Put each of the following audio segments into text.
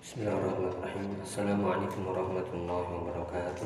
Bismillahirrahmanirrahim. Assalamualaikum warahmatullahi wabarakatuh.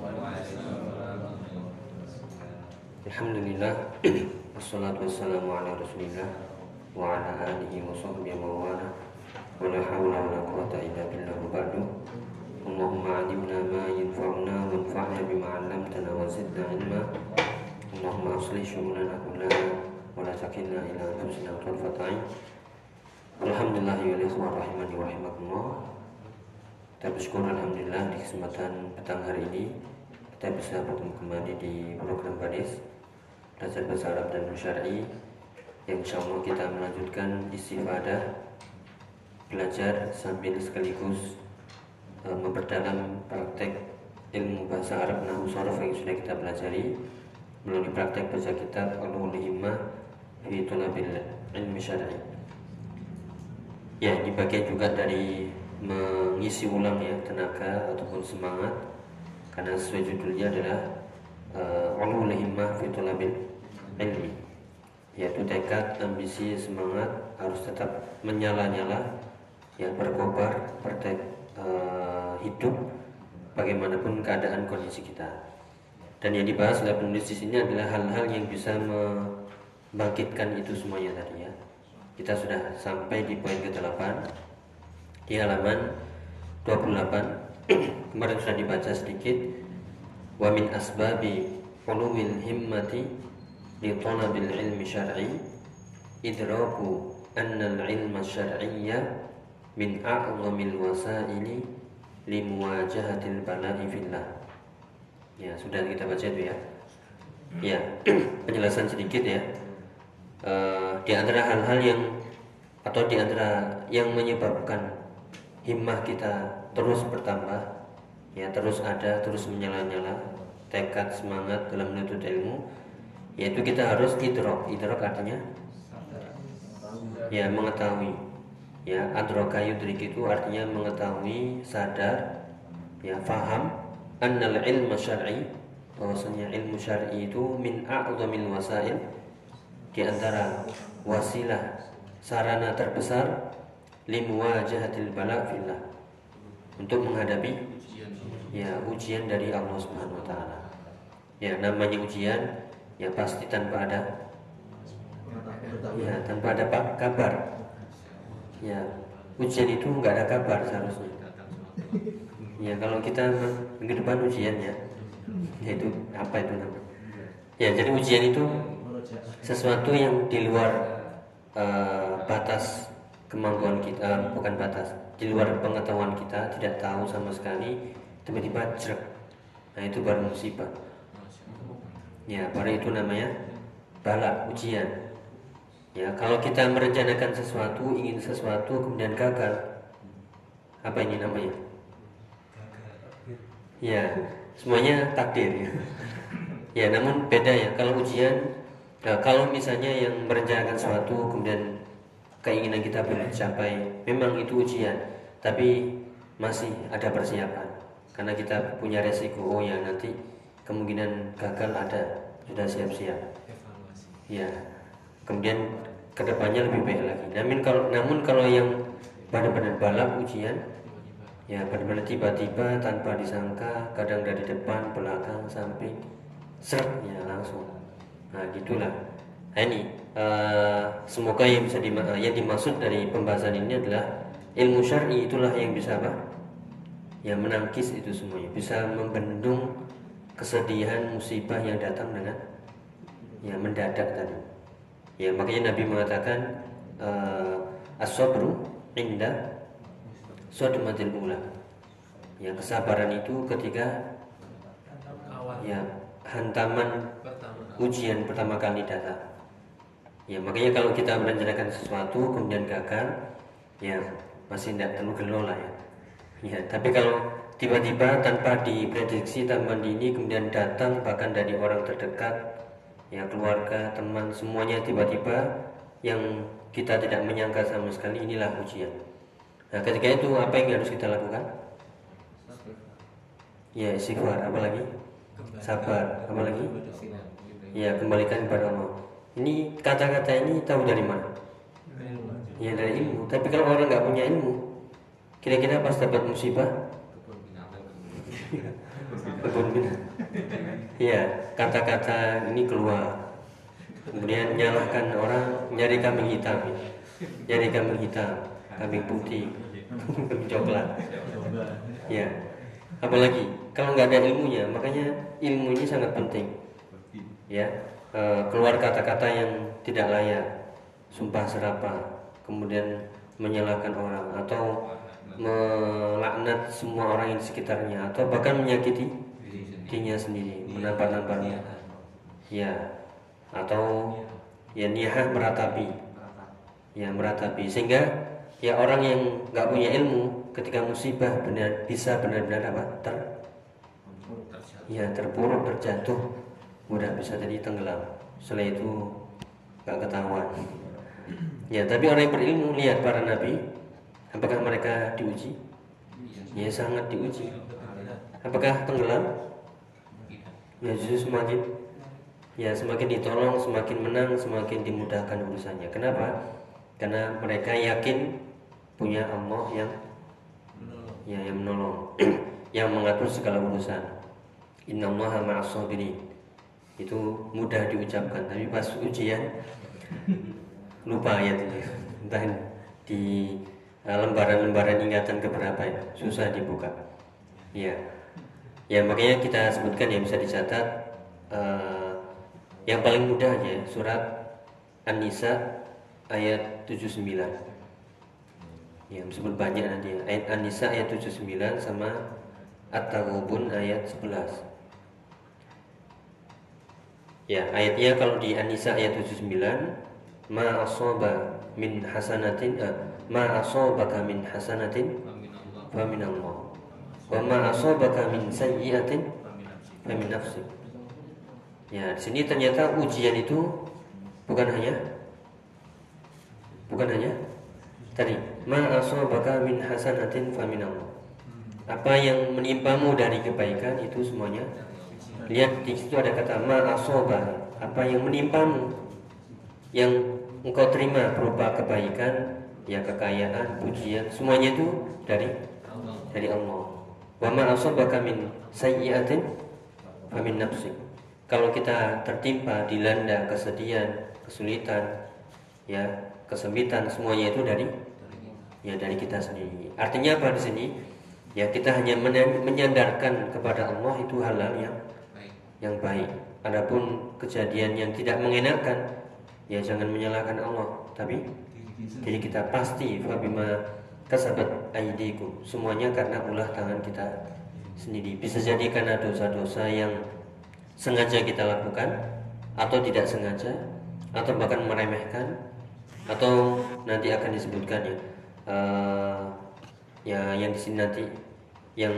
Alhamdulillah. Wassalatu wassalamu ala rasulillah wa ala alihi wa sahbihi wa wala. Wa la hawla wa la quwwata illa billah wa ba'du. Allahumma 'allimna ma yanfa'una wanfa'na bima 'allamtana wa zidna ilma. Allahumma aslih syu'unana kullaha wa la takilna ila anfusina tarfata 'ain. Alhamdulillah ya ikhwan rahimani wa rahimakumullah. Kita bersyukur alhamdulillah di kesempatan petang hari ini kita bisa bertemu kembali di program Badis Belajar Bahasa Arab dan Syar'i, yang insyaallah kita melanjutkan istifadah, belajar sambil sekaligus memperdalam praktek ilmu bahasa Arab nahwu sharaf yang sudah kita pelajari melalui praktek baca kitab Ulul Himmah fi Thalabil Ilmi Syar'i. Ya, ini bagian juga dari mengisi ulang ya tenaga ataupun semangat, karena sesuai judulnya adalah Ulul Himmah fi Thalabil Ilmi, yaitu tekad, ambisi, semangat harus tetap menyala-nyala, ya, berkobar, hidup bagaimanapun keadaan kondisi kita. Dan yang dibahas oleh penulis di sini adalah hal-hal yang bisa membangkitkan itu semuanya tadi ya. Kita sudah sampai di poin ke-8 di halaman 28. Kemarin sudah dibaca sedikit. Wa min asbabi ulumil himmati li talabil ilmi syar'i idraku anna al-ilma syar'iyya min a'zamil wasaili li muwajahatil bala'i fillah. Ya, sudah kita baca itu ya. Ya, penjelasan sedikit ya. Di antara hal-hal yang atau di antara yang menyebabkan himmah kita terus bertambah, ya, terus ada, terus menyala-nyala, tekad, semangat dalam menuntut ilmu, yaitu kita harus idrok. Idrok artinya ya mengetahui. Ya, adraka yudrik itu artinya mengetahui, sadar, ya, faham annal ilma syar'i, bahwasanya ilmu syar'i itu min a'zamil wasail, di antara wasilah, sarana terbesar limuwajahatil bala fillah, untuk menghadapi ya ujian dari Allah Subhanahu wa taala. Ya, namanya ujian ya pasti tanpa ada kabar. Ya, ujian itu enggak ada kabar seharusnya. Ya, kalau kita minggu depan ujian ya, yaitu apa itu namanya? Ya, jadi ujian itu sesuatu yang di luar batas kemampuan kita, bukan batas, di luar pengetahuan kita, tidak tahu sama sekali, tiba-tiba jrek. Nah, itu baru musibah. Ya, baru itu namanya bala, ujian. Ya, kalau kita merencanakan sesuatu, ingin sesuatu kemudian gagal, apa ini namanya? Ya, semuanya takdir ya. Ya, namun beda ya kalau ujian. Nah, kalau misalnya yang merencanakan sesuatu kemudian keinginan kita belum tercapai, memang itu ujian, tapi masih ada persiapan, karena kita punya resiko, oh ya nanti kemungkinan gagal ada, sudah siap-siap. Ya, kemudian kedepannya lebih baik lagi. Namun kalau yang benar-benar balap ujian, ya benar-benar tiba-tiba tanpa disangka, kadang dari depan, belakang, samping, seret ya langsung. Nah, gitulah. Nah, ini semoga yang bisa yang dimaksud dari pembahasan ini adalah ilmu syar'i, itulah yang bisa apa? Ya, menangkis itu semuanya, bisa membendung kesedihan musibah yang datang dengan ya mendadak tadi. Ya, makanya Nabi mengatakan as-sabru inda sadmatil ula. Ya, kesabaran itu ketika ya hantaman ujian pertama kali datang. Ya, makanya kalau kita merencanakan sesuatu kemudian gagal, ya masih tidak terlalu gelo lah ya. Ya, tapi kalau tiba-tiba tanpa diprediksi, tanpa dini, kemudian datang bahkan dari orang terdekat, ya keluarga, teman, semuanya tiba-tiba yang kita tidak menyangka sama sekali, inilah ujian. Nah, ketika itu apa yang harus kita lakukan? Ya, istighfar, apa lagi? Sabar, apa lagi? Ya, kembalikan kepada Allah. Ini kata-kata ini tahu dari mana? Ya, dari ilmu. Tapi kalau orang nggak punya ilmu, Kira-kira pas dapat musibah, kebun binatang. Iya, kata-kata ini keluar. Kemudian nyalahkan orang nyari kambing hitam, nyari kambing hitam, kambing putih, kambing coklat. Ya, apalagi kalau nggak ada ilmunya, makanya ilmu ini sangat penting. Ya, keluar kata-kata yang tidak layak, sumpah serapah, kemudian menyalahkan orang atau melaknat semua orang yang di sekitarnya atau bahkan menyakiti dirinya sendiri, menampar-namparnya. Ya, atau ya niyah meratapi. Ya, meratapi sehingga ya orang yang nggak punya ilmu ketika musibah bisa benar-benar apa? Terpuruk, terjatuh, mudah bisa jadi tenggelam. Setelah itu nggak ketahuan. Ya, tapi orang yang berilmu lihat para nabi, apakah mereka diuji? Ya, sangat diuji. Apakah tenggelam? Ya, justru semakin ditolong, semakin menang, semakin dimudahkan urusannya. Kenapa? Karena mereka yakin punya Allah yang menolong, yang mengatur segala urusan. Innallaha ma'as sabirin. Itu mudah diucapkan, tapi pas ujian lupa ayat itu. Entah di lembaran-lembaran ingatan keberapa ya, susah dibuka. Ya, makanya kita sebutkan ya, bisa dicatat. Yang paling mudah aja surat An-Nisa ayat 79. Ya, meskipun banyak nanti ya. Ayat An-Nisa ayat 79 sama At-Taghabun ayat 11. Ya, ayatnya kalau di An-Nisa ayat 79, ma asaba min hasanatin ma asabaka min hasanatin fa min Allah wa ma asabaka min sayyi'atin fa min nafsik. Ya, di sini ternyata ujian itu bukan hanya tadi ma asabaka min hasanatin fa min Allah. Apa yang menimpamu dari kebaikan itu semuanya. Lihat di situ ada kata ma asaba, apa yang menimpamu, yang engkau terima berupa kebaikan, ya kekayaan, pujian, semuanya itu dari Allah. Wa ma asabaka min sayyi'atin fa min nafsik. Kalau kita tertimpa, dilanda kesedihan, kesulitan, ya kesempitan, semuanya itu dari kita sendiri. Artinya apa di sini? Ya, kita hanya menyandarkan kepada Allah itu halal yang baik. Adapun kejadian yang tidak mengenakan, ya jangan menyalahkan Allah, tapi jadi kita pasti fabima kasabat aydikum, semuanya karena ulah tangan kita sendiri. Bisa jadi karena dosa-dosa yang sengaja kita lakukan atau tidak sengaja, atau bahkan meremehkan, atau nanti akan disebutkan yang di sini nanti yang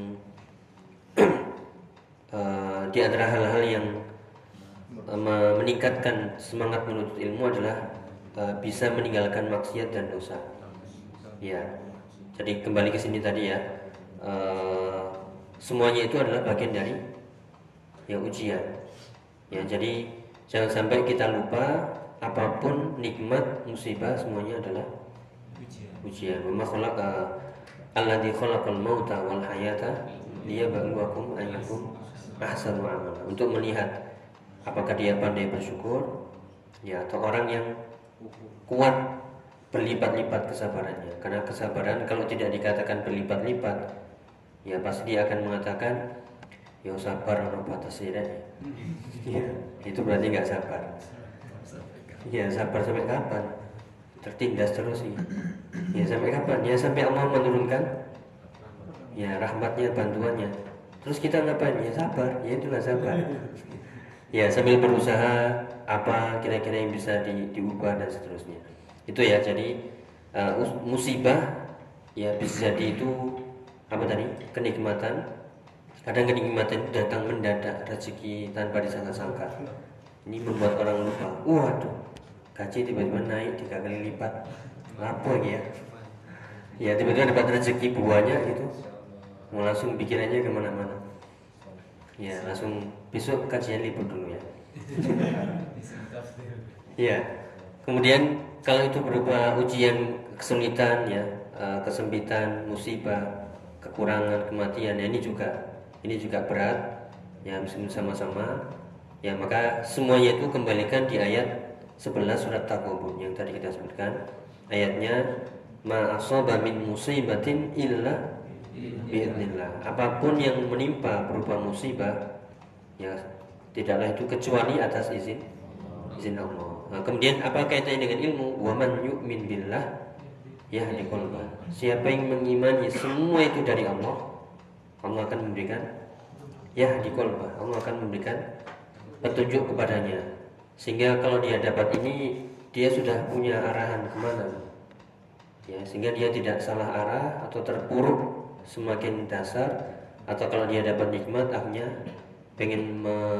di antara hal-hal yang meningkatkan semangat menuntut ilmu adalah bisa meninggalkan maksiat dan dosa. Ya, jadi kembali ke sini tadi ya, semuanya itu adalah bagian dari ujian. Ya, jadi jangan sampai kita lupa apapun nikmat musibah semuanya adalah ujian. Wa ma khalaqa alladzi khalaqal mauta wal hayata liyabluwakum ayyukum ahsanu amala. Untuk melihat apakah dia pandai bersyukur, ya, atau orang yang kuat berlipat-lipat kesabarannya. Karena kesabaran kalau tidak dikatakan berlipat-lipat, ya pasti dia akan mengatakan ya sabar ono batasnya. Ya, itu berarti nggak sabar. Ya, sabar sampai kapan? Tertindas terus ya. Ya sampai kapan? Ya sampai Allah menurunkan ya rahmatnya, bantuannya. Terus kita ngapain? Ya sabar. Ya itulah sabar. Ya sambil berusaha apa kira-kira yang bisa diubah dan seterusnya. Itu ya, jadi musibah ya bisa jadi itu apa tadi? Kenikmatan. Kadang kenikmatan itu datang mendadak, rezeki tanpa disangka-sangka. Ini membuat orang lupa. Waduh, gaji tiba-tiba naik 3 kali lipat. Apa ya? Ya tiba-tiba dapat rezeki buahnya gitu, mau langsung pikirannya kemana-mana. Ya langsung besok kajian libur dulu ya. Ya, kemudian kalau itu berupa ujian kesulitan ya, kesempitan, musibah, kekurangan, kematian, ya, ini juga berat ya, meskipun sama-sama ya, maka semuanya itu kembalikan di ayat 11 surat Taghabun yang tadi kita sebutkan. Ayatnya ma asaba min musibatin illa biidznillah. Apapun yang menimpa berupa musibah ya, tidaklah itu kecuali atas izin Allah. Nah, kemudian apa kaitannya dengan ilmu? Wa man yu'min billah yahdi qalbah. Siapa yang mengimani semua itu dari Allah, Allah akan memberikan yahdi qalbah. Allah akan memberikan petunjuk kepadanya. Sehingga kalau dia dapat ini, dia sudah punya arahan kemana. Ya, sehingga dia tidak salah arah atau terpuruk semakin dasar, atau kalau dia dapat nikmat akhirnya pengen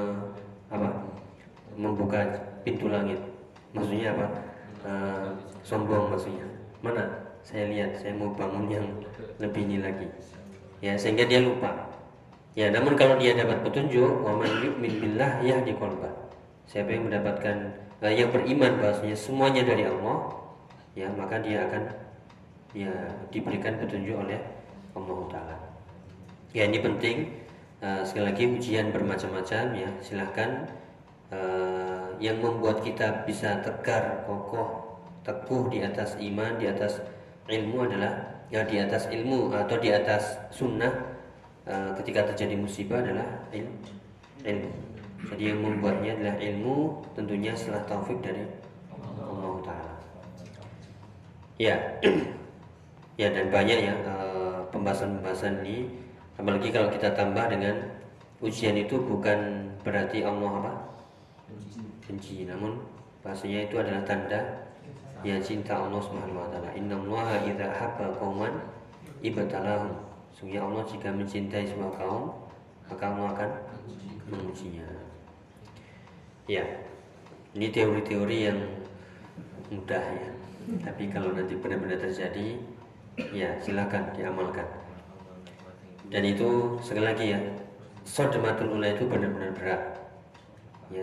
membuka pintu langit. Maksudnya apa? Sombong maksudnya. Mana? Saya lihat, saya mau bangun yang lebih ini lagi. Ya, sehingga dia lupa. Ya, namun kalau dia dapat petunjuk, wa man yu'min billah yahdi qalbah. Siapa yang mendapatkan yang beriman bahwasanya semuanya dari Allah, ya, maka dia akan ya diberikan petunjuk oleh Allah Ta'ala. Ya, ini penting. Sekali lagi, ujian bermacam-macam ya. Silahkan yang membuat kita bisa tegar, kokoh, teguh di atas iman, di atas ilmu adalah ya, di atas ilmu atau di atas sunnah. Ketika terjadi musibah adalah ilmu. Jadi yang membuatnya adalah ilmu, tentunya setelah taufik dari Allah Ta'ala. Ya, ya, dan banyak ya pembahasan-pembahasan ini. Apalagi kalau kita tambah dengan ujian itu bukan berarti Allah benci, namun bahasanya itu adalah tanda ya cinta Allah Subhanahu wa taala. Innallaha idza habba qauman ibtalahum. Sungguh Allah jika mencintai sebuah kaum, maka Allah akan mengujinya. Ya, ini teori-teori yang mudah ya. Tapi kalau nanti benar-benar terjadi, ya silakan diamalkan. Dan itu sekali lagi ya, sodematul ula itu benar-benar berat. Ya,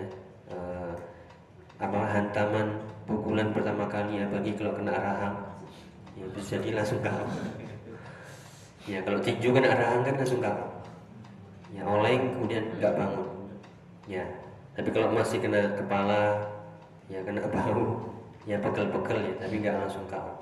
hantaman pukulan pertama kali ya, bagi kalau kena rahang, ya bisa jadi langsung kalah. Ya, kalau tinju kena rahang kan langsung kalah. Ya, oleng kemudian nggak bangun. Ya, tapi kalau masih kena kepala, ya kena bahu, ya pegel-pegel ya, tapi nggak langsung kalah.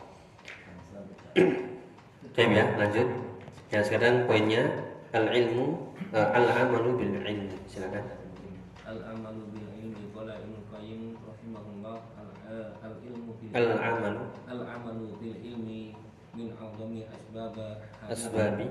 Ya, lanjut. Ya, sekarang poinnya al-ilmu al-amalu bil ilmi. Silakan. Al-amalu bil ilmi qala Ibnu Qayyim rahimahullah al-ilmu bil al-amalu bil ilmi min a'zami asbabi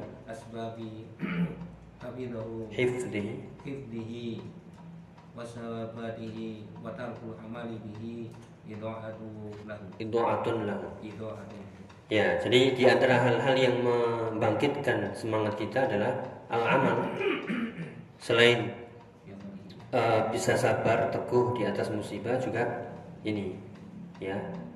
hifdhihi wa sawabatihi wa tarkul amali bihi idha'atun lahu. Ya, jadi di antara hal-hal yang membangkitkan semangat kita adalah al-amal. Selain bisa sabar, teguh di atas musibah, juga ini ya,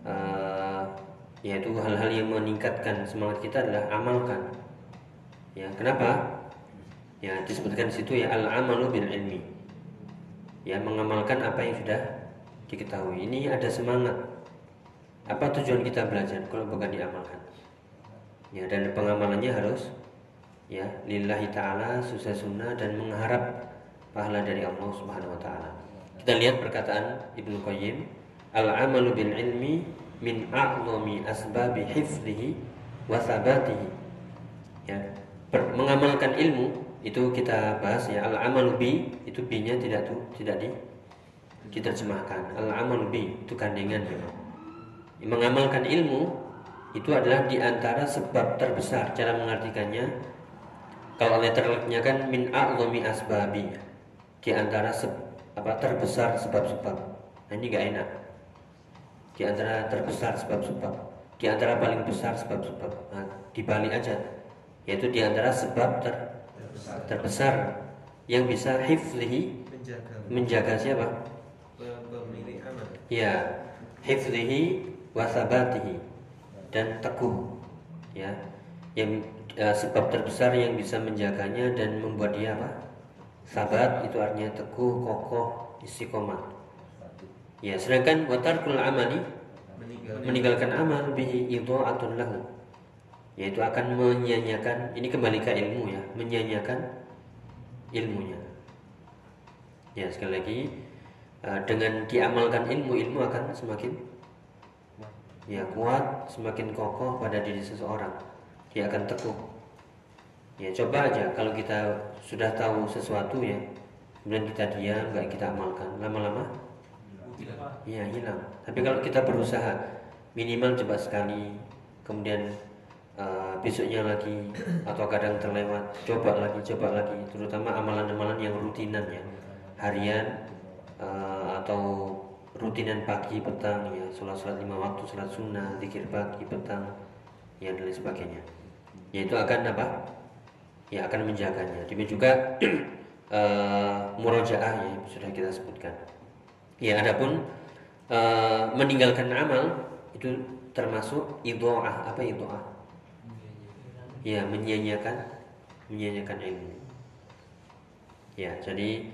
yaitu hal-hal yang meningkatkan semangat kita adalah amalkan. Ya, kenapa? Ya, disebutkan di situ ya al-amalu bil ilmi. Ya, mengamalkan apa yang sudah diketahui. Ini ada semangat. Apa tujuan kita belajar kalau bukan diamalkan? Ya, dan pengamalannya harus ya lillahi ta'ala, susah sunnah, dan mengharap pahala dari Allah Subhanahu wa ta'ala. Kita lihat perkataan Ibnu Qayyim, al-amalu bil ilmi min a'zami asbabi hifdhihi wa sabatihi. Ya, mengamalkan ilmu itu kita bahas ya, al-amalu bi, itu bi-nya tidak diterjemahkan. Al-amalu bi itu gandengan ya. Mengamalkan ilmu itu adalah diantara sebab terbesar. Cara mengartikannya, kalau letternya kan min a'zami asbabi, diantara terbesar sebab-sebab. Nah, ini gak enak. Diantara terbesar sebab-sebab, diantara paling besar sebab-sebab. Nah, dibalik aja, yaitu diantara sebab terbesar yang bisa hifdhihi, menjaga siapa? Pemilik amal. Ya, hifdhihi wasabatihi, dan teguh ya, yang sebab terbesar yang bisa menjaganya dan membuat dia sabat, itu artinya teguh, kokoh, istiqomah. Ya, sedangkan watarkul amali meninggalkan amal bihi idha'atun lahu, yaitu akan menyia-nyiakan, ini kembali ke ilmu ya, menyia-nyiakan ilmunya. Ya, sekali lagi dengan diamalkan ilmu akan semakin ya kuat, semakin kokoh pada diri seseorang. Dia akan teguh. Ya, coba aja kalau kita sudah tahu sesuatu ya, kemudian kita diam, nggak kita amalkan, lama-lama ya hilang. Tapi kalau kita berusaha minimal coba sekali, kemudian besoknya lagi, atau kadang terlewat, coba lagi, terutama amalan-amalan yang rutinan ya, harian atau rutinan pagi petang ya, sholat 5 waktu, sholat sunnah, zikir pagi petang ya, dan lain sebagainya. Ya, itu akan apa? Ya, akan menjaganya. Demikian juga murojaah ya, sudah kita sebutkan. Ya, adapun meninggalkan amal itu termasuk idha'ah. Apa idha'ah? Ya, menyia-nyiakan ilmu. Ya, jadi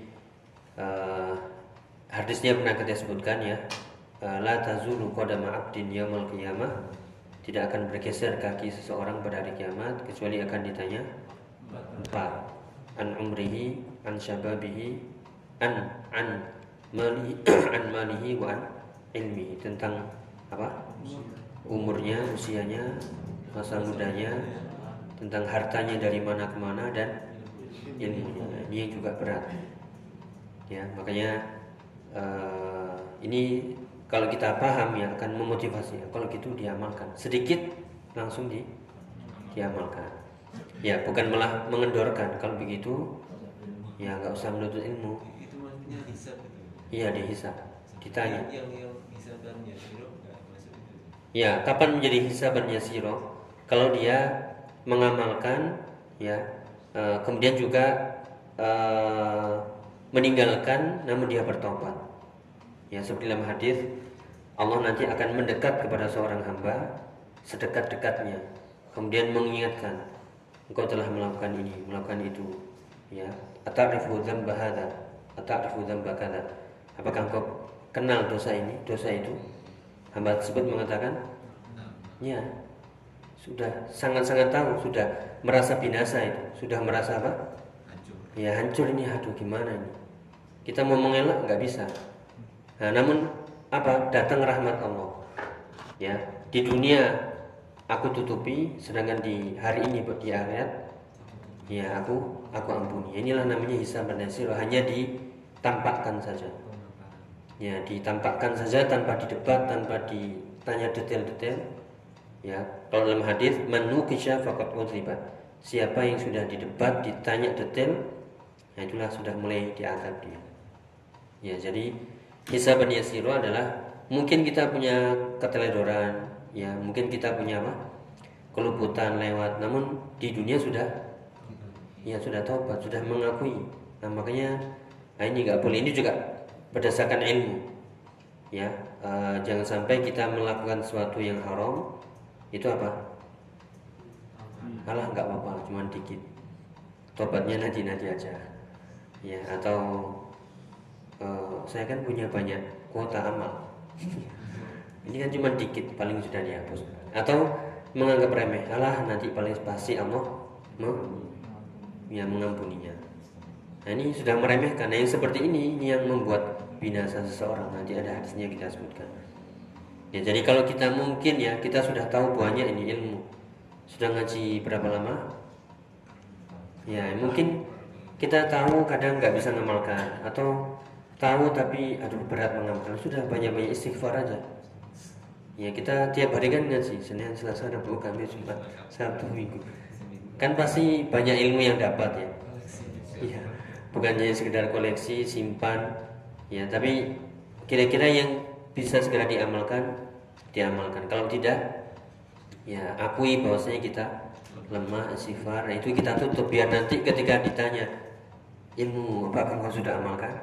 hadisnya pernah kita sebutkan ya, la tazulu qadama 'abdin yaumil qiyamah, tidak akan bergeser kaki seseorang pada hari kiamat kecuali akan ditanya 4. An umrihi, an syababihi, an malihi wa an ilmi, tentang apa? Umurnya, usianya, masa mudanya, tentang hartanya dari mana ke mana, dan ilmunya. Ini yang juga berat. Ya, makanya ini kalau kita paham ya akan memotivasi. Kalau gitu diamalkan. Sedikit langsung diamalkan. Ya, bukan malah mengendorkan. Kalau begitu ya nggak usah menuntut ilmu. Itu maksudnya hisab itu. Iya, dihisab, ditanya. Yang hisaban yasiro nggak masuk itu. Ya, kapan menjadi hisaban yasiro? Kalau dia mengamalkan ya, kemudian juga meninggalkan namun dia bertobat. Ya, seperti dalam hadis, Allah nanti akan mendekat kepada seorang hamba sedekat-dekatnya, kemudian mengingatkan, engkau telah melakukan ini, melakukan itu. Ya, ata'rifu dzamba hadza, ata'rifu dzamba kadza. Apakah engkau kenal dosa ini, dosa itu? Hamba tersebut mengatakan, ya, sudah sangat-sangat tahu, sudah merasa binasa itu, sudah merasa apa? Ya, hancur ini, aduh gimana ini? Kita mau mengelak nggak bisa. Nah, namun apa? Datang rahmat Allah. Ya, di dunia aku tutupi, sedangkan di hari ini di akhirat ya aku ampuni. Inilah namanya hisab dan yasir, hanya ditampakkan saja. Ya, ditampakkan saja tanpa didebat, tanpa ditanya detail-detail. Ya, kalau dalam hadis man nuqisha faqad udhiba. Siapa yang sudah didebat, ditanya detail, ya itulah sudah mulai diazab dia. Ya, jadi hisaban yasiru adalah mungkin kita punya keteledoran, ya mungkin kita punya apa? Keluputan lewat, namun di dunia sudah taubat, sudah mengakui. Nah, makanya ini nggak boleh, ini juga berdasarkan ilmu. Ya, jangan sampai kita melakukan sesuatu yang haram itu apa? Alah nggak apa-apa, cuma dikit. Tobatnya nanti aja. Ya, atau saya kan punya banyak kuota amal. Ini kan cuma dikit, paling sudah dihapus. Atau menganggap remeh, alah nanti paling pasti Allah mengampuninya. Nah, ini sudah meremehkan. Nah, yang seperti ini yang membuat binasa seseorang. Nanti ada hadisnya kita sebutkan. Ya, jadi kalau kita mungkin ya kita sudah tahu buahnya ini ilmu. Sudah ngaji berapa lama? Ya, mungkin kita tahu kadang nggak bisa ngamalkan, atau tahu tapi aduh berat mengamalkan. Sudah banyak-banyak istighfar aja. Ya, kita tiap hari kan ngaji, Senin, Selasa, Rabu, Kamis, Jumat, Sabtu, Minggu. Kan pasti banyak ilmu yang dapat ya. Iya. Bukan hanya sekedar koleksi, simpan. Ya, tapi kira-kira yang bisa segera diamalkan. Kalau tidak, ya akui bahwasanya kita lemah, istighfar. Nah, itu kita tutup biar nanti ketika ditanya ilmu apakah kau sudah amalkan?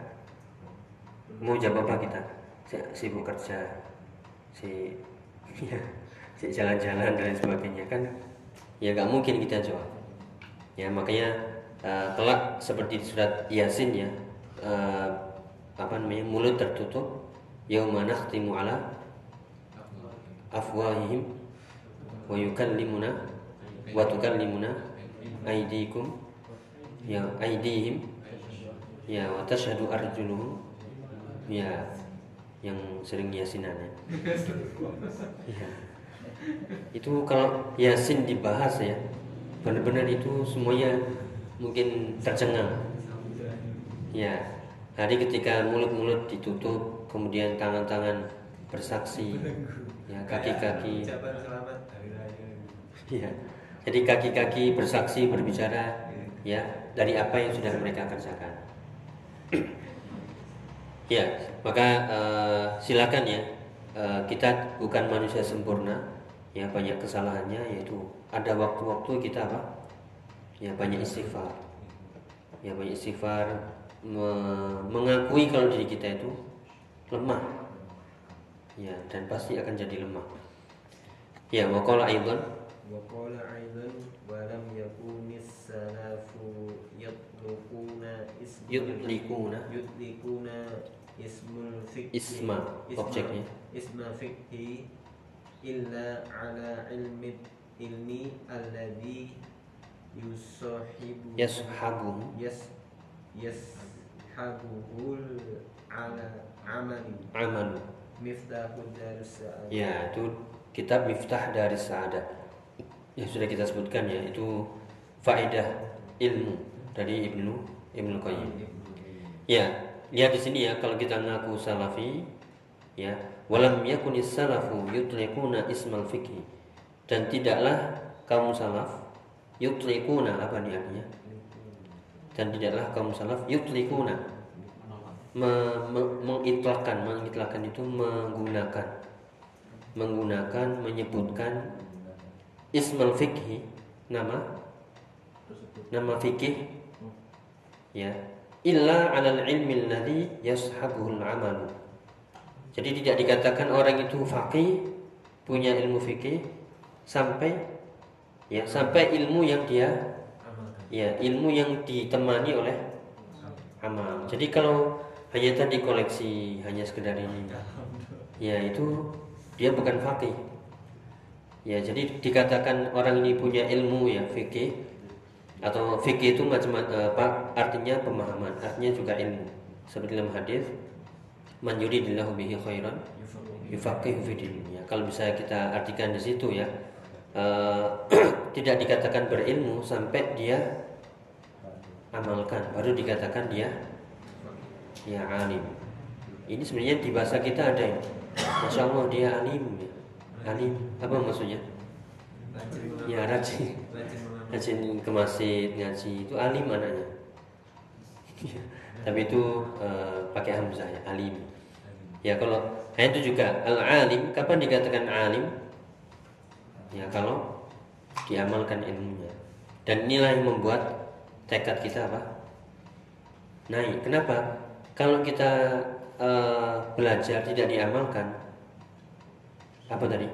Mau jawab apa kita? Sibuk kerja, si jalan-jalan dan sebagainya kan? Ya nggak mungkin kita jawab. Ya, makanya kelak seperti di surat Yasin ya, mulut tertutup, yauma nakhtimu ala afwahihim wa yukallimuna wa tukallimuna aydikum ya aydihim ya wa tashhadu arjuluhum ya yang sering yasinan ya. Ya. Itu kalau yasin dibahas ya benar-benar itu semuanya mungkin tercengang ya. Hari ketika mulut-mulut ditutup, kemudian tangan-tangan bersaksi ya, kaki-kaki ya. Jadi kaki-kaki bersaksi berbicara ya dari apa yang sudah mereka kerjakan. Ya, maka silakan ya, kita bukan manusia sempurna ya, banyak kesalahannya, yaitu ada waktu-waktu kita apa ya, banyak istighfar ya, banyak istighfar, mengakui kalau diri kita itu lemah ya, dan pasti akan jadi lemah ya. Waqala aidan walam yakunis salafu yutlikuna ismul fikhi isma objeknya isma fikhi illa ala ilmi alladhi yashabuhul ala amalu miftahud daris sa'adah ya. Itu kitab Miftah Daris Sa'adah yang sudah kita sebutkan ya, itu faedah ilmu dari Ibnu Qayyim. Ya, lihat di sini ya, kalau kita ngaku salafi ya, walam yakunis salafu yutliquna ismal fikhi, dan tidaklah kaum salaf yutliquna, apa nih artinya? Dan tidaklah kaum salaf yutliquna mengitlakkan itu menggunakan menyebutkan ismal fikhi, nama fikih ya, illa 'alal ilmi alladhi yashabuhul 'amalu. Jadi tidak dikatakan orang itu faqih, punya ilmu fikih sampai ilmu yang dia ya, ilmu yang ditemani oleh amal. Jadi kalau hanya tadi koleksi, hanya sekedar ini ya, itu dia bukan faqih ya. Jadi dikatakan orang ini punya ilmu ya fikih, atau fikih itu macam-macam artinya pemahaman, artinya juga ilmu. Seperti dalam hadis, man yuridillahu bihi khairan yufaqihu fid din ya. Kalau bisa kita artikan di situ ya, tidak dikatakan berilmu sampai dia amalkan, baru dikatakan dia ya alim. Ini sebenarnya di bahasa kita ada ya, Masya Allah dia alim ya. Alim apa maksudnya? Ya rajin ke masjid ngaji, itu alim mananya. Tapi itu pakai hamzah ya, alim. Ya kalau itu juga al-alim, kapan dikatakan alim? Ya kalau diamalkan ilmunya. Dan inilah yang membuat tekad kita apa? Naik. Kenapa? Kalau kita belajar tidak diamalkan, apa tadi?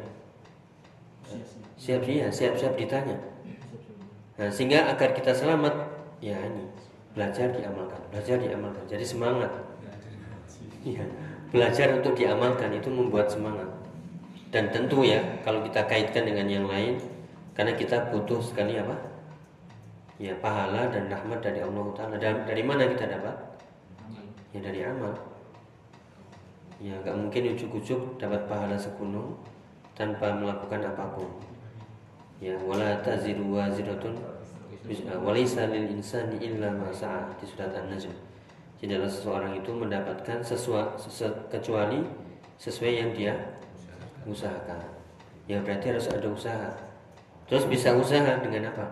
Siap-siap ditanya. Nah, sehingga agar kita selamat, ya ini belajar diamalkan. Jadi semangat. Ya, belajar untuk diamalkan itu membuat semangat. Dan tentu ya, kalau kita kaitkan dengan yang lain, karena kita butuh sekali apa? Ya, pahala dan rahmat dari Allah Ta'ala. Dari mana kita dapat? Ya dari amal. Ya gak mungkin ujuk-ujuk dapat pahala segunung tanpa melakukan apapun. Ya, wala taziru waziratun walaysa lil insani illa ma sa'a, di surat An-Najm. Tidaklah seseorang itu mendapatkan kecuali sesuai yang dia usahakan. Ya berarti harus ada usaha. Terus bisa usaha dengan apa?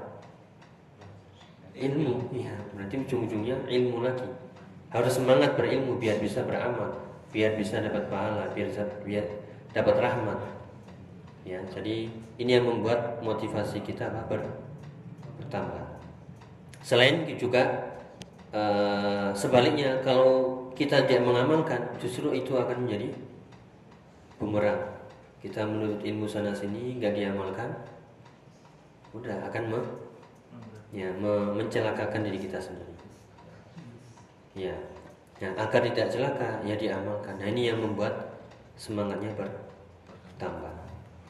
Ilmu. Ya, berarti ujung-ujungnya ilmu lagi. Harus semangat berilmu biar bisa beramal, biar bisa dapat pahala, biar dapat rahmat. Ya, jadi ini yang membuat motivasi kita bertambah. Selain juga sebaliknya, kalau kita tidak mengamalkan, justru itu akan menjadi bumerang. Kita menuntut ilmu sana sini, nggak diamalkan, udah akan mencelakakan diri kita sendiri. Ya, agar tidak celaka, ya diamalkan. Nah ini yang membuat semangatnya bertambah.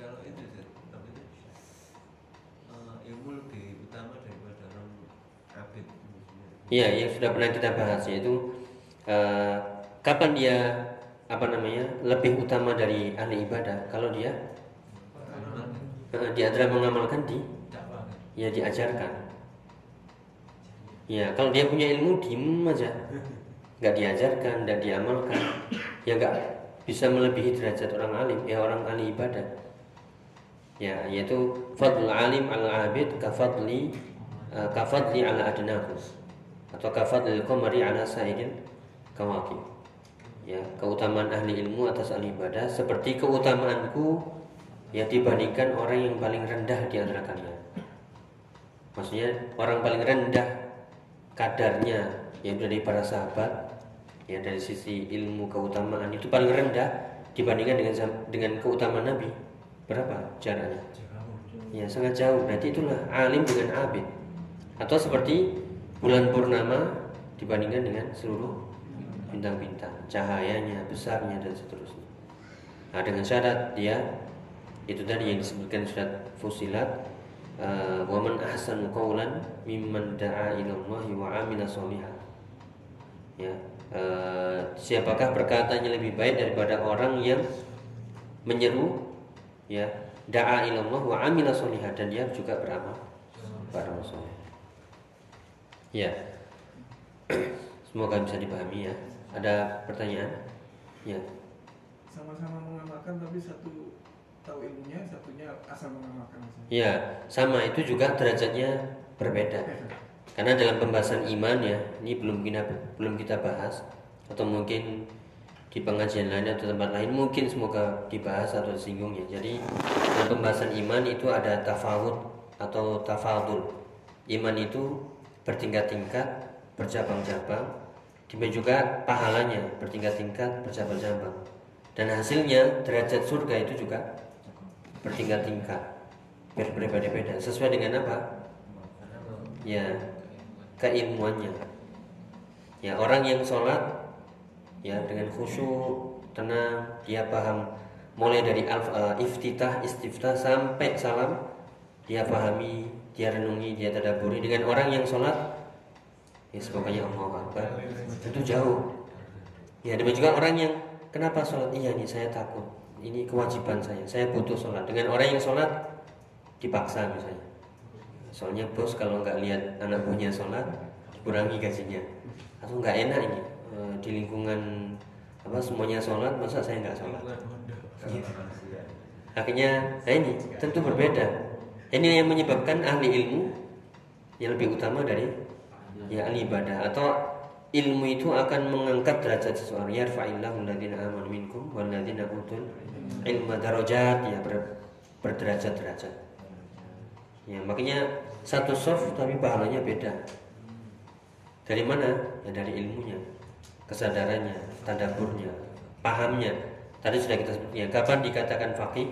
Iya, yang sudah pernah kita bahas, yaitu kapan dia lebih utama dari ahli ibadah. Kalau dia di antara mengamalkan, diajarkan. Ya, kalau dia punya ilmu diem aja, nggak diajarkan, nggak diamalkan, ya nggak bisa melebihi derajat orang alim, ya orang ahli ibadah. Ya, yaitu fadl alim ala abid kafadli ala adnafus, atau kafadlil qamari ala sa'irin kawakib. Ya, keutamaan ahli ilmu atas ahli ibadah seperti keutamaanku yang dibandingkan orang yang paling rendah di antara kalian. Maksudnya orang paling rendah kadarnya yang dari para sahabat, ya dari sisi ilmu keutamaan itu paling rendah dibandingkan dengan keutamaan Nabi. Berapa jaraknya? Ya, sangat jauh. Berarti itulah alim dengan abid. Atau seperti bulan purnama dibandingkan dengan seluruh bintang-bintang, cahayanya, besarnya, dan seterusnya. Nah, dengan syarat dia itu tadi yang disebutkan surat Fussilat, wa man ahsanu qawlan mimman da'a ila Allah wa 'amila sholihan. Ya, siapakah perkataannya lebih baik daripada orang yang menyeru, ya, da'a ila Allah wa 'amila sholihan, dan dia juga beramal soleh. Ya. Semoga bisa dipahami ya. Ada pertanyaan? Ya. Sama-sama mengamalkan tapi satu tahu ilmunya, satunya asal mengamalkan saja. Ya, sama, itu juga derajatnya berbeda. Karena dalam pembahasan iman ya, ini belum kita bahas, atau mungkin di pengajian lain atau tempat lain mungkin semoga dibahas atau disinggung ya. Jadi dalam pembahasan iman itu ada tafawud atau tafadul. Iman itu bertingkat-tingkat, bercabang-cabang, demikian juga pahalanya bertingkat-tingkat, bercabang-cabang, dan hasilnya derajat surga itu juga bertingkat-tingkat, berbeda-beda sesuai dengan apa? Ya, keilmuannya. Ya, orang yang sholat ya dengan khusyuk, tenang, dia paham mulai dari iftitah, istiftah sampai salam, dia pahami, dia renungi, dia tadabburi. Dengan orang yang sholat ya sebagainya Allahu Akbar, itu jauh. Ya, demikian juga orang yang kenapa sholat? Iya nih, saya takut, ini kewajiban saya butuh sholat. Dengan orang yang sholat dipaksa misalnya, soalnya bos kalau nggak lihat anak buahnya sholat kurangi gajinya, atau nggak enak ini di lingkungan semuanya sholat, masa saya nggak sholat. Akhirnya ini tentu berbeda. Ini yang menyebabkan ahli ilmu yang lebih utama dari ya ahli ibadah. Atau ilmu itu akan mengangkat derajat seseorang. Yarfa'illahu alladziina aamanu minkum walladziina utul ilma darajat, ya berderajat-derajat. Ya, makanya satu shaf tapi pahalanya beda. Dari mana? Ya dari ilmunya, kesadarannya, tadabburnya, pahamnya. Tadi sudah kita sebutnya. Kapan dikatakan faqih?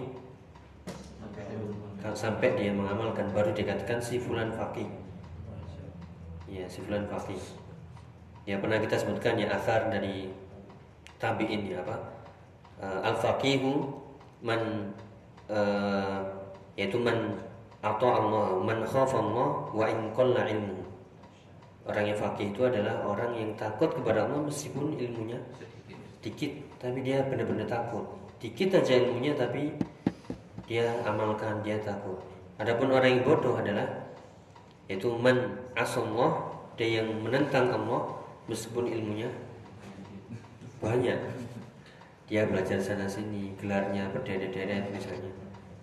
Sampai dia mengamalkan, baru dikatakan si fulan faqih. Ya, si fulan faqih. Ya, pernah kita sebutkan ya asar dari tabi'in ya al-faqihu man yaitu man ata'a Allah, man khafa Allah wa in qalla ilmu. Orang yang faqih itu adalah orang yang takut kepada Allah meskipun ilmunya dikit, tapi dia benar-benar takut. Dikit aja ilmunya tapi dia amalkan, dia takut. Adapun orang yang bodoh adalah yaitu man asallah, dia yang menentang Allah meskipun ilmunya banyak. Dia belajar sana sini, gelarnya berderet-deret misalnya.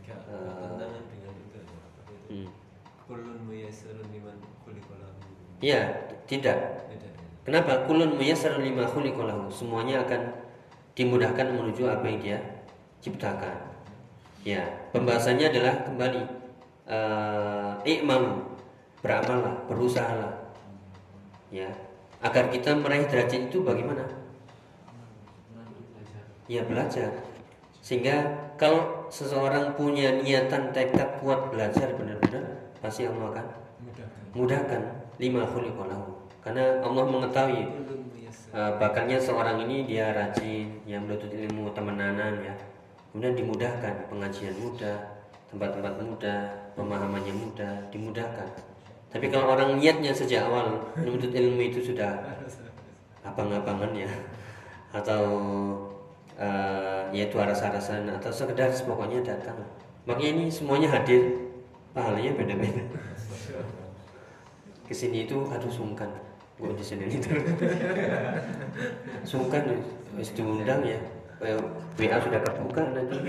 Ya, tidak. Kenapa? Kulun muyassarun lima khuliqa lahu. Semuanya akan dimudahkan menuju apa yang dia ciptakan. Ya, pembahasannya adalah kembali i'malu, beramallah, berusahalah. Ya, agar kita meraih derajat itu bagaimana? Ya, belajar. Sehingga kalau seseorang punya niatan tekad kuat belajar benar-benar, pasti Allah akan mudahkan lima khuliqa lahu. Karena Allah mengetahui bakalnya seorang ini dia rajin, yang menuntut ilmu temenanan ya. Kemudian dimudahkan, pengajian mudah, tempat-tempat mudah, pemahamannya mudah, dimudahkan. Tapi kalau orang niatnya sejak awal menuntut ilmu itu sudah abang-abangan ya, atau yaitu aras-arasan atau sekedar pokoknya datang. Makanya ini semuanya hadir, pahalanya beda-beda. Kesini itu aduh sungkan, gue di sini itu sungkan, wis diundang ya, WA sudah kebuka nanti.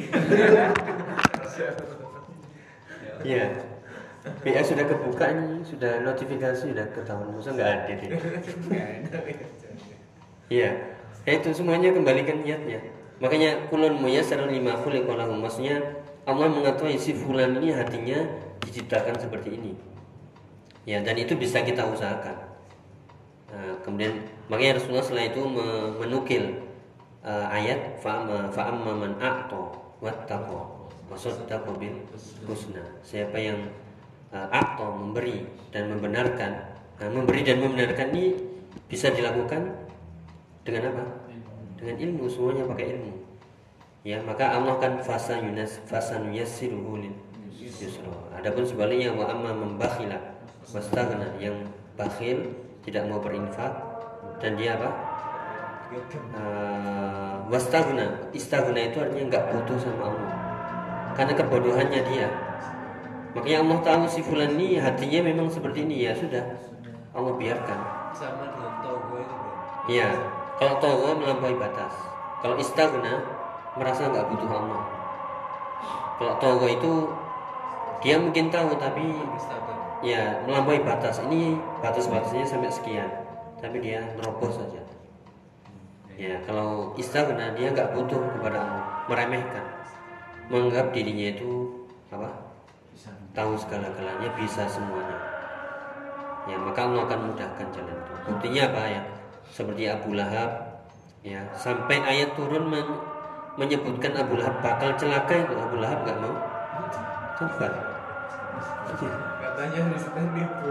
Ya, WA sudah kebuka nih, sudah notifikasi sudah ketahuan, masa nggak hadir ya? Iya, itu semuanya kembalikan niatnya. Makanya kulun muyassarun lima khuliqa lahu, maksudnya Allah mengetahui si fulan ini hatinya diciptakan seperti ini. Ya, dan itu bisa kita usahakan. Nah, kemudian makanya Rasulullah setelah itu menukil ayat fa'amma man a'ta wattaqa wasaddaqa bil husna. Siapa yang a'ta, memberi dan membenarkan. Nah, memberi dan membenarkan ini bisa dilakukan dengan apa? Dengan ilmu, semuanya pakai ilmu. Ya, maka Allah kan fasanuyassiruhu lil yusra. Adapun sebaliknya wa amma man bakhila wastaghna, yang bakhil tidak mau berinfak dan dia apa? Wastaghna, istaghna itu artinya enggak butuh sama Allah karena kebodohannya dia. Makanya Allah tahu si fulan ini hatinya memang seperti ini, ya sudah Allah biarkan. Sama dengan togo itu. Iya, kalau togo melampaui batas. Kalau istaghna merasa enggak butuh Allah. Kalau togo itu dia mungkin tahu tapi ya melampaui batas. Ini batas-batasnya sampai sekian, tapi dia nerobos saja. Ya, kalau istaghna dia nggak butuh kepada Allah, meremehkan, menganggap dirinya itu apa? Tahu segala-galanya, bisa semuanya. Ya, maka Allah akan mudahkan jalan itu. Buktinya apa ya? Seperti Abu Lahab, ya, sampai ayat turun menyebutkan Abu Lahab bakal celaka, itu Abu Lahab nggak mau tobat. Katanya sedang libur.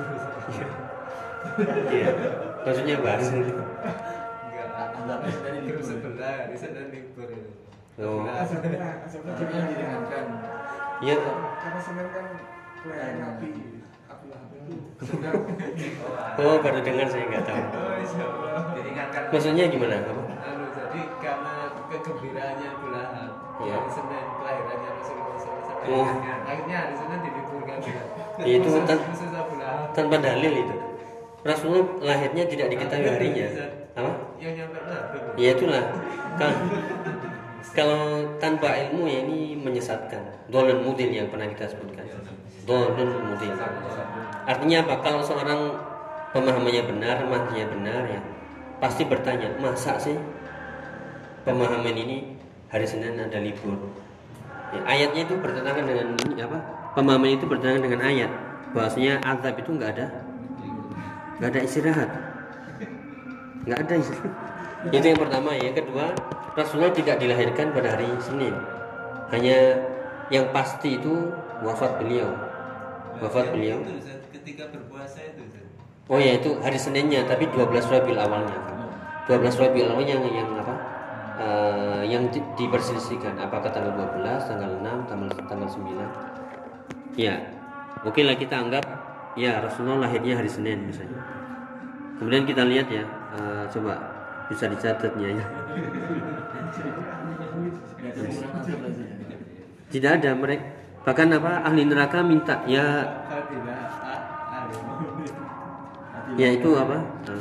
Iya, maksudnya bahas. Enggak, sedang libur sebelah, sedang libur. Oh, Asalnya diringankan. iya. Karena Senin kan kelihatan Nabi Abdullah itu sedang. Oh, baru dengar, saya nggak tahu. Oh, insyaallah. Diringankan. Maksudnya gimana? Apa? Jadi karena kegembiraannya Abu Lahab, Ya. hari Senin kelahirannya Rasulullah SAW. Oh. Akhirnya hari Senin diliburkan. Itu khusus Abu Lahab. tanpa dalil itu. Rasulullah lahirnya tidak diketahui harinya. Apa? Yang nyampe Nabi. Ya itulah. Kalau tanpa ilmu ya ini menyesatkan. Dhalun mudil yang pernah kita sebutkan. Dhalun mudil. Artinya apa? Kalau seorang pemahamannya benar, maknanya benar ya, pasti bertanya, masa sih pemahaman ini hari Senin ada libur? Ya, ayatnya itu bertentangan dengan ini apa? Pemahaman itu bertentangan dengan ayat. Bahwasanya azab itu nggak ada istirahat, nggak ada istirahat. Itu yang pertama. Yang kedua, Rasulullah tidak dilahirkan pada hari Senin. Hanya yang pasti itu wafat beliau. Itu ketika berpuasa itu. Oh ya, itu hari Seninnya, tapi 12 Rabiul awalnya. 12 Rabiul awalnya yang apa? Yang diperselisihkan apakah tanggal 12, tanggal 6, tanggal 9. Ya. Oke lah, kita anggap ya Rasulullah lahirnya hari Senin misalnya. Kemudian kita lihat ya, coba bisa dicatatnya ya. Tidak ada mereka, bahkan apa ahli neraka minta ya itu apa?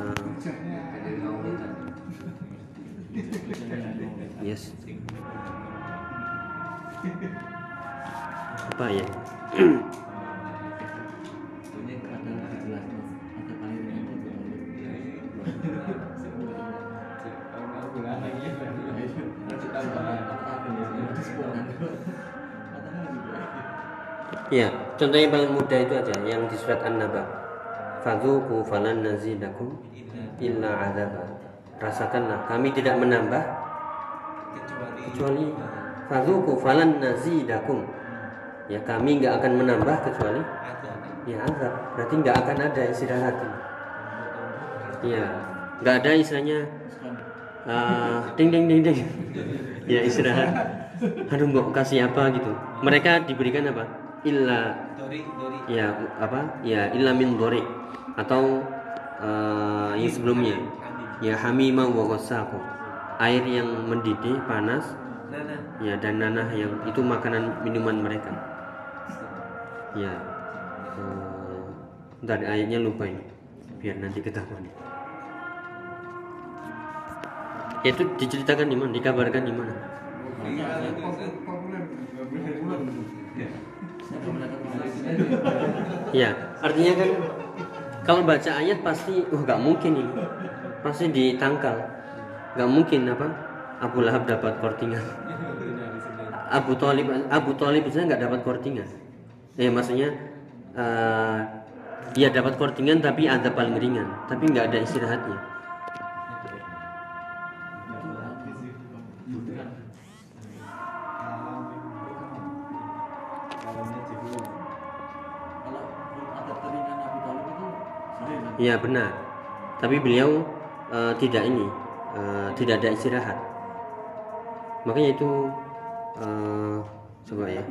Yes. Apa ya? Ya, contoh yang paling mudah itu aja yang di surat An-Naba. Fadzuqu falan nazidakum illa adzaba. Rasakanlah, kami tidak menambah kecuali fadzuqu falan nazidakum. Ya, kami enggak akan menambah kecuali ya azab. Berarti enggak akan ada istirahat. Iya, enggak ada istilahnya ding ding ding ding. Ya istirahat. Aduh, mau kasih apa gitu. Mereka diberikan apa? illa Dori ya apa ya illa min dhari atau yang sebelumnya ya hamima wa ghassaqa, air yang mendidih panas Nana. ya dan nanah yang itu makanan minuman mereka ya. Bentar, ayatnya lupa ini biar nanti ketahuan. Itu diceritakan di mana, dikabarkan di mana? Populer. Ya, artinya kan kalau baca ayat pasti, nggak mungkin ini, pasti ditangkal, nggak mungkin apa Abu Lahab dapat kortingan, Abu Thalib bisa nggak dapat kortingan, maksudnya dia dapat kortingan tapi ada paling ringan, tapi nggak ada istirahatnya. Ya benar, tapi beliau tidak tidak ada istirahat. Makanya itu coba ya.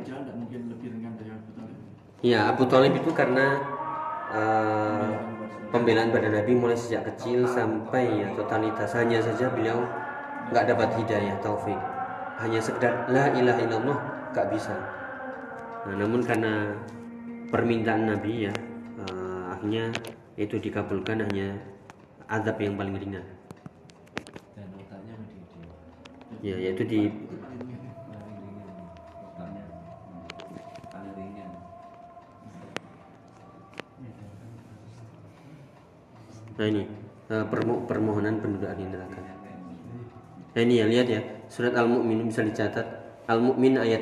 Ya Abu Thalib itu karena pembelaan pada Nabi mulai sejak kecil sampai ya totalitas, hanya saja beliau nggak dapat hidayah taufik, hanya sekedar la ilaha illallah nggak bisa. Nah, namun karena permintaan Nabi ya akhirnya itu dikabulkan, hanya azab yang paling ringan. Dan otaknya Ya yaitu di paling ringan. nah ini permohonan penduduk ahli neraka. Nah ini ya, lihat ya, surat Al-Mu'min bisa dicatat, Al-Mu'min ayat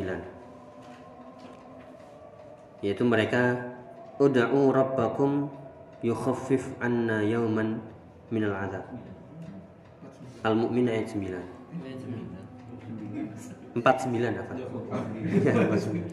49, yaitu mereka ud'u rabbakum yukhaffif anna yawman minal azab. Al-Mu'min ayat 9. 49 apa? Ya, 49.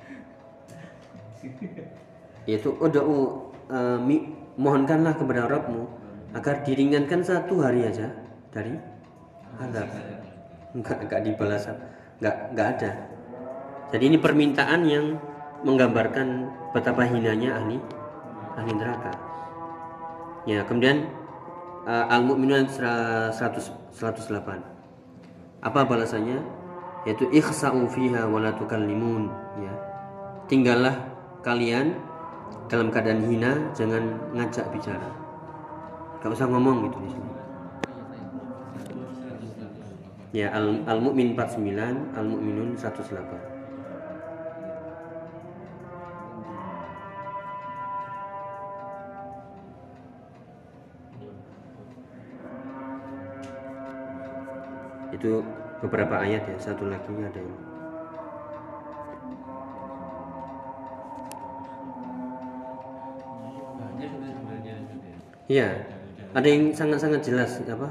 Yaitu ud'u mohonkanlah kepada Rabbmu agar diringankan satu hari aja dari azab. Enggak dibalas, enggak ada. Jadi ini permintaan yang menggambarkan betapa hinanya ahli neraka. Ya, kemudian Al-Mu'minun 108. Apa balasannya? Yaitu ikhsa'u fiha wa la tukallimun, ya. Tinggallah kalian dalam keadaan hina, jangan ngajak bicara. Enggak usah ngomong gitu di sini. Ya, Al-Mu'min 49, Al-Mu'minun 108. Itu beberapa ayat ya, satu lagi ada ini. Iya, ada yang sangat-sangat jelas apa?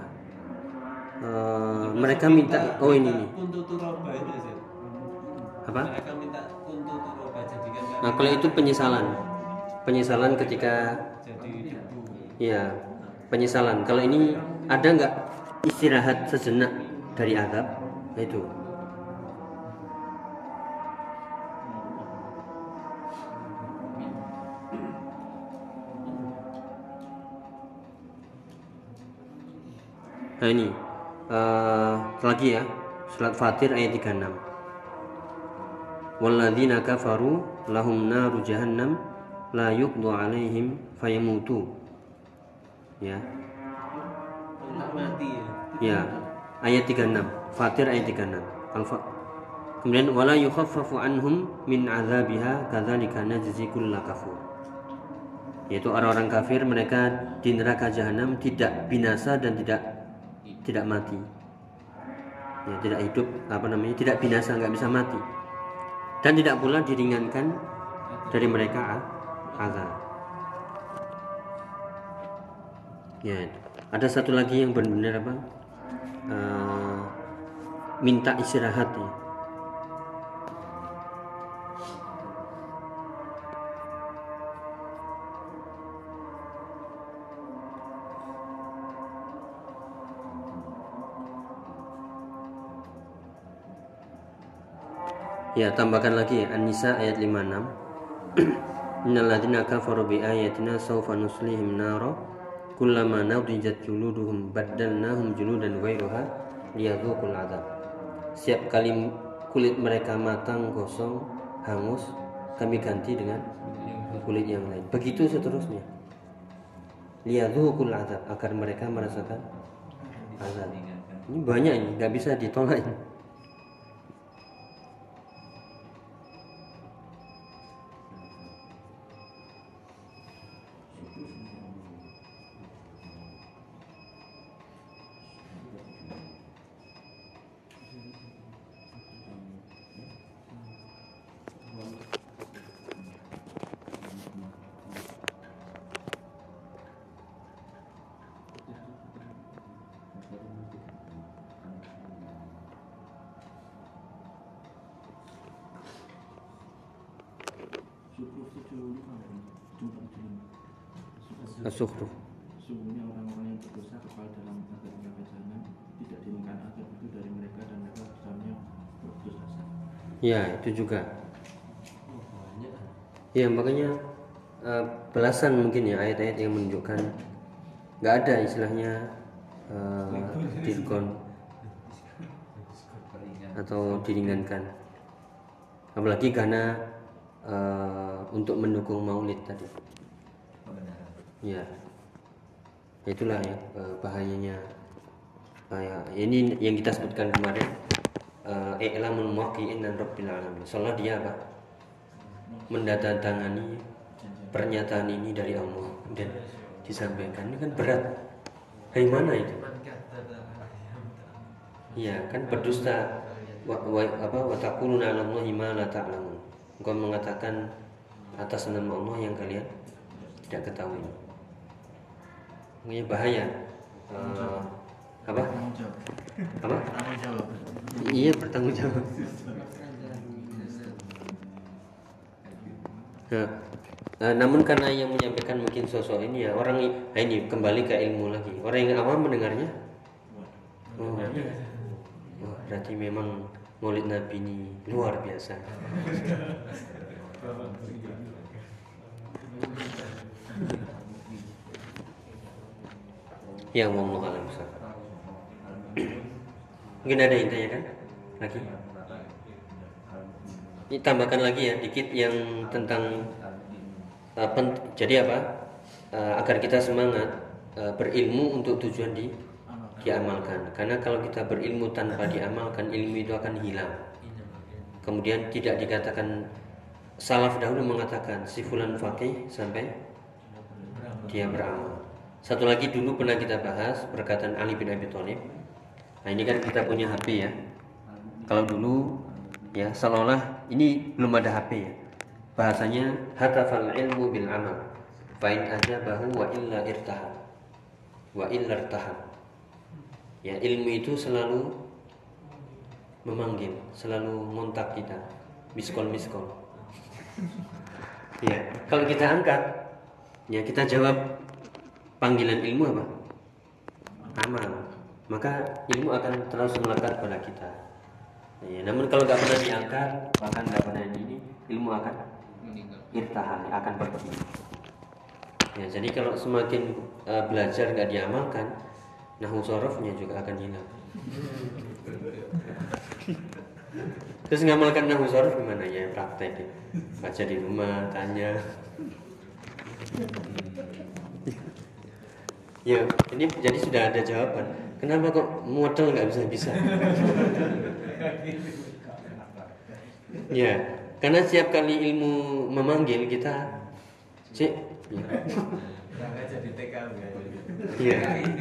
Mereka minta, oh ini nih. Untuk turoba itu sih. Apa? Mereka minta untuk turoba jadikan. Nah, kalau itu penyesalan ketika, Jadi debu. ya penyesalan. Kalau ini ada nggak istirahat sejenak dari azab? Nah, itu. Nah ini lagi ya, surat Fatir ayat 36. Walladzina kafaru lahum naru jahannam la yuqdu alaihim fayamutu. Ya. Mati ya. Ya, ayat 36. Fatir ayat 36. Kemudian wala yukhaffafu anhum min azabiha kadzalika najzi kulla kafur. Yaitu orang-orang kafir, mereka di neraka jahanam tidak binasa dan tidak mati. Ya, tidak hidup, tidak binasa, nggak bisa mati. Dan tidak pula diringankan dari mereka azab. Ya, ada satu lagi yang benar-benar minta istirahat ya. Ya, tambahkan lagi ya, An-Nisa ayat 56. Innal ladzina kafaru bi ayatina sawfa nuslihim nara kullama nadijat juluduhum baddalnahum juludan ghairuha liyadzuqul adzab. Setiap kali kulit mereka matang, gosong, hangus, kami ganti dengan kulit yang lain. Begitu seterusnya. Liyadzuqul adzab, agar mereka merasakan azab. Ini banyak ini, nggak bisa ditolak ini. As-Sukhruf. Sungguhnya orang-orang yang berdosa kepala dalam azab neraka jahanam tidak diringankan azab itu dari mereka dan mereka bersama berputus asa. Ya, itu juga. Ya, makanya belasan mungkin ya ayat-ayat yang menunjukkan nggak ada istilahnya diskon atau diringankan. Apalagi karena untuk mendukung maulid tadi. Ya, itulah ya bahayanya. Ini yang kita sebutkan kemarin. I'lamul muwaqqi'in dan rabbil alamin. Soalnya dia apa? Mendatangani pernyataan ini dari Allah dan disampaikan. Ini kan berat. Dari mana itu? Iya, kan berdusta. Wa taquluna 'alallahi ma la ta'lamun. Engkau mengatakan atas nama Allah yang kalian tidak ketahui. Ini bahaya. Apa? Apa? Iya, bertanggung jawab. Namun karena yang menyampaikan mungkin sosok ini ya orang ini kembali ke ilmu lagi. Orang yang awam mendengarnya, berarti memang Maulid Nabi ini luar biasa. Yang Allah alam. Mungkin ada yang ditanyakan lagi? Ini tambahkan lagi ya dikit yang tentang jadi apa? Agar kita semangat berilmu untuk tujuan diamalkan. Karena kalau kita berilmu tanpa diamalkan, ilmu itu akan hilang. Kemudian tidak dikatakan, salaf dahulu mengatakan si fulan faqih sampai dia beramal. Satu lagi dulu pernah kita bahas perkataan Ali bin Abi Thalib. Nah, ini kan kita punya HP ya. Kalau dulu ya seolah ini belum ada HP ya. Bahasanya hatafal ilmu bil amal. Fa in ajabahu wa illa irtahab. Wa illa irtahab. Ya, ilmu itu selalu memanggil, selalu ngontak kita. Miskol. Ya, kalau kita angkat, ya kita jawab panggilan ilmu apa? Amal. Maka ilmu akan terus melekat pada kita. Ya, namun kalau nggak pernah diangkat, bahkan nggak pernah ini, ilmu akan irtahal, akan pergi. Ya, jadi kalau semakin belajar nggak diamalkan, nahwu sorofnya juga akan hilang. Terus ngamalkan nahwu sorof gimana ya? Praktek ya. Baca di rumah, tanya. Ya, ini jadi sudah ada jawaban. Kenapa kok modal nggak bisa? Ya, karena setiap kali ilmu memanggil kita, cek. Ya. Jadi TKW. Iya.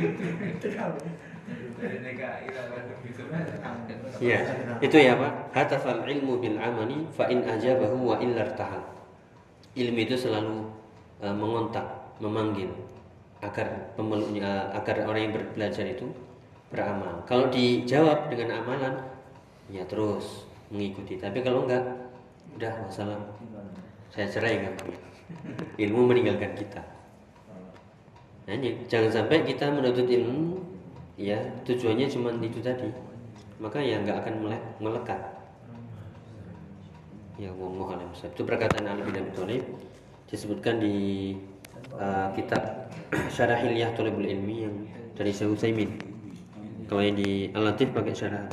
Iya, itu ya Pak. Hatafal ilmu bil amali fa in ajabahu wa illa irtahal. Ilmu itu selalu mengontak, memanggil agar pemeluknya, agar orang yang belajar itu beramal. Kalau dijawab dengan amalan, ya terus mengikuti. Tapi kalau enggak, udah wassalam. Saya cerai kamu. Ilmu meninggalkan kita. Nah, ini jangan sampai kita menuntut ilmu, ya tujuannya cuma itu tadi, maka ya nggak akan melekat. Ya, wallahu a'lam bishawab. Itu perkataan Ali bin Abi Thalib disebutkan di kitab Syarah Hilyah Thalibul Ilmi yang dari Syekh Utsaimin. Kalau yang di Al-Latif pakai syarah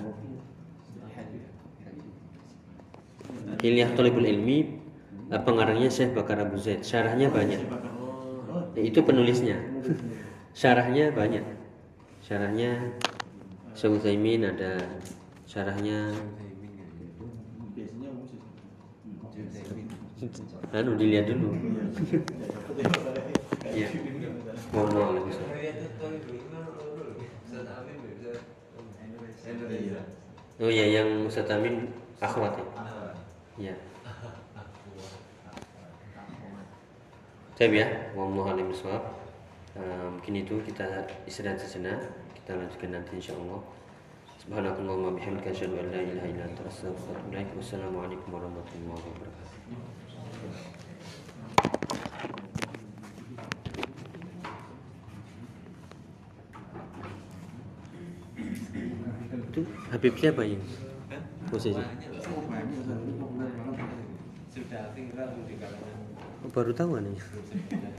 Hilyah Thalibul Ilmi, pengarangnya Syekh Bakar Abu Zaid. Syarahnya banyak. Itu penulisnya. Syarahnya banyak. Syarahnya Syekh Utsaimin ada syarahnya. Dilihat dulu. Iya. Ngomong lagi. Oh ya, yang Ustaz Amin akhwat ya. Iya. Baik ya, wallahu a'lam bishawab. Mungkin itu kita istirahat sejenak. Kita lanjutkan nanti insyaallah. Subhanakallahumma bihamdika asyhadu an la ilaha illa anta astaghfiruka wa atubu ilaik. Wassalamualaikum warahmatullahi wabarakatuh. Itu Habib siapa ini? Posisi. Sudah tinggal di kalangan Baru tahu nih.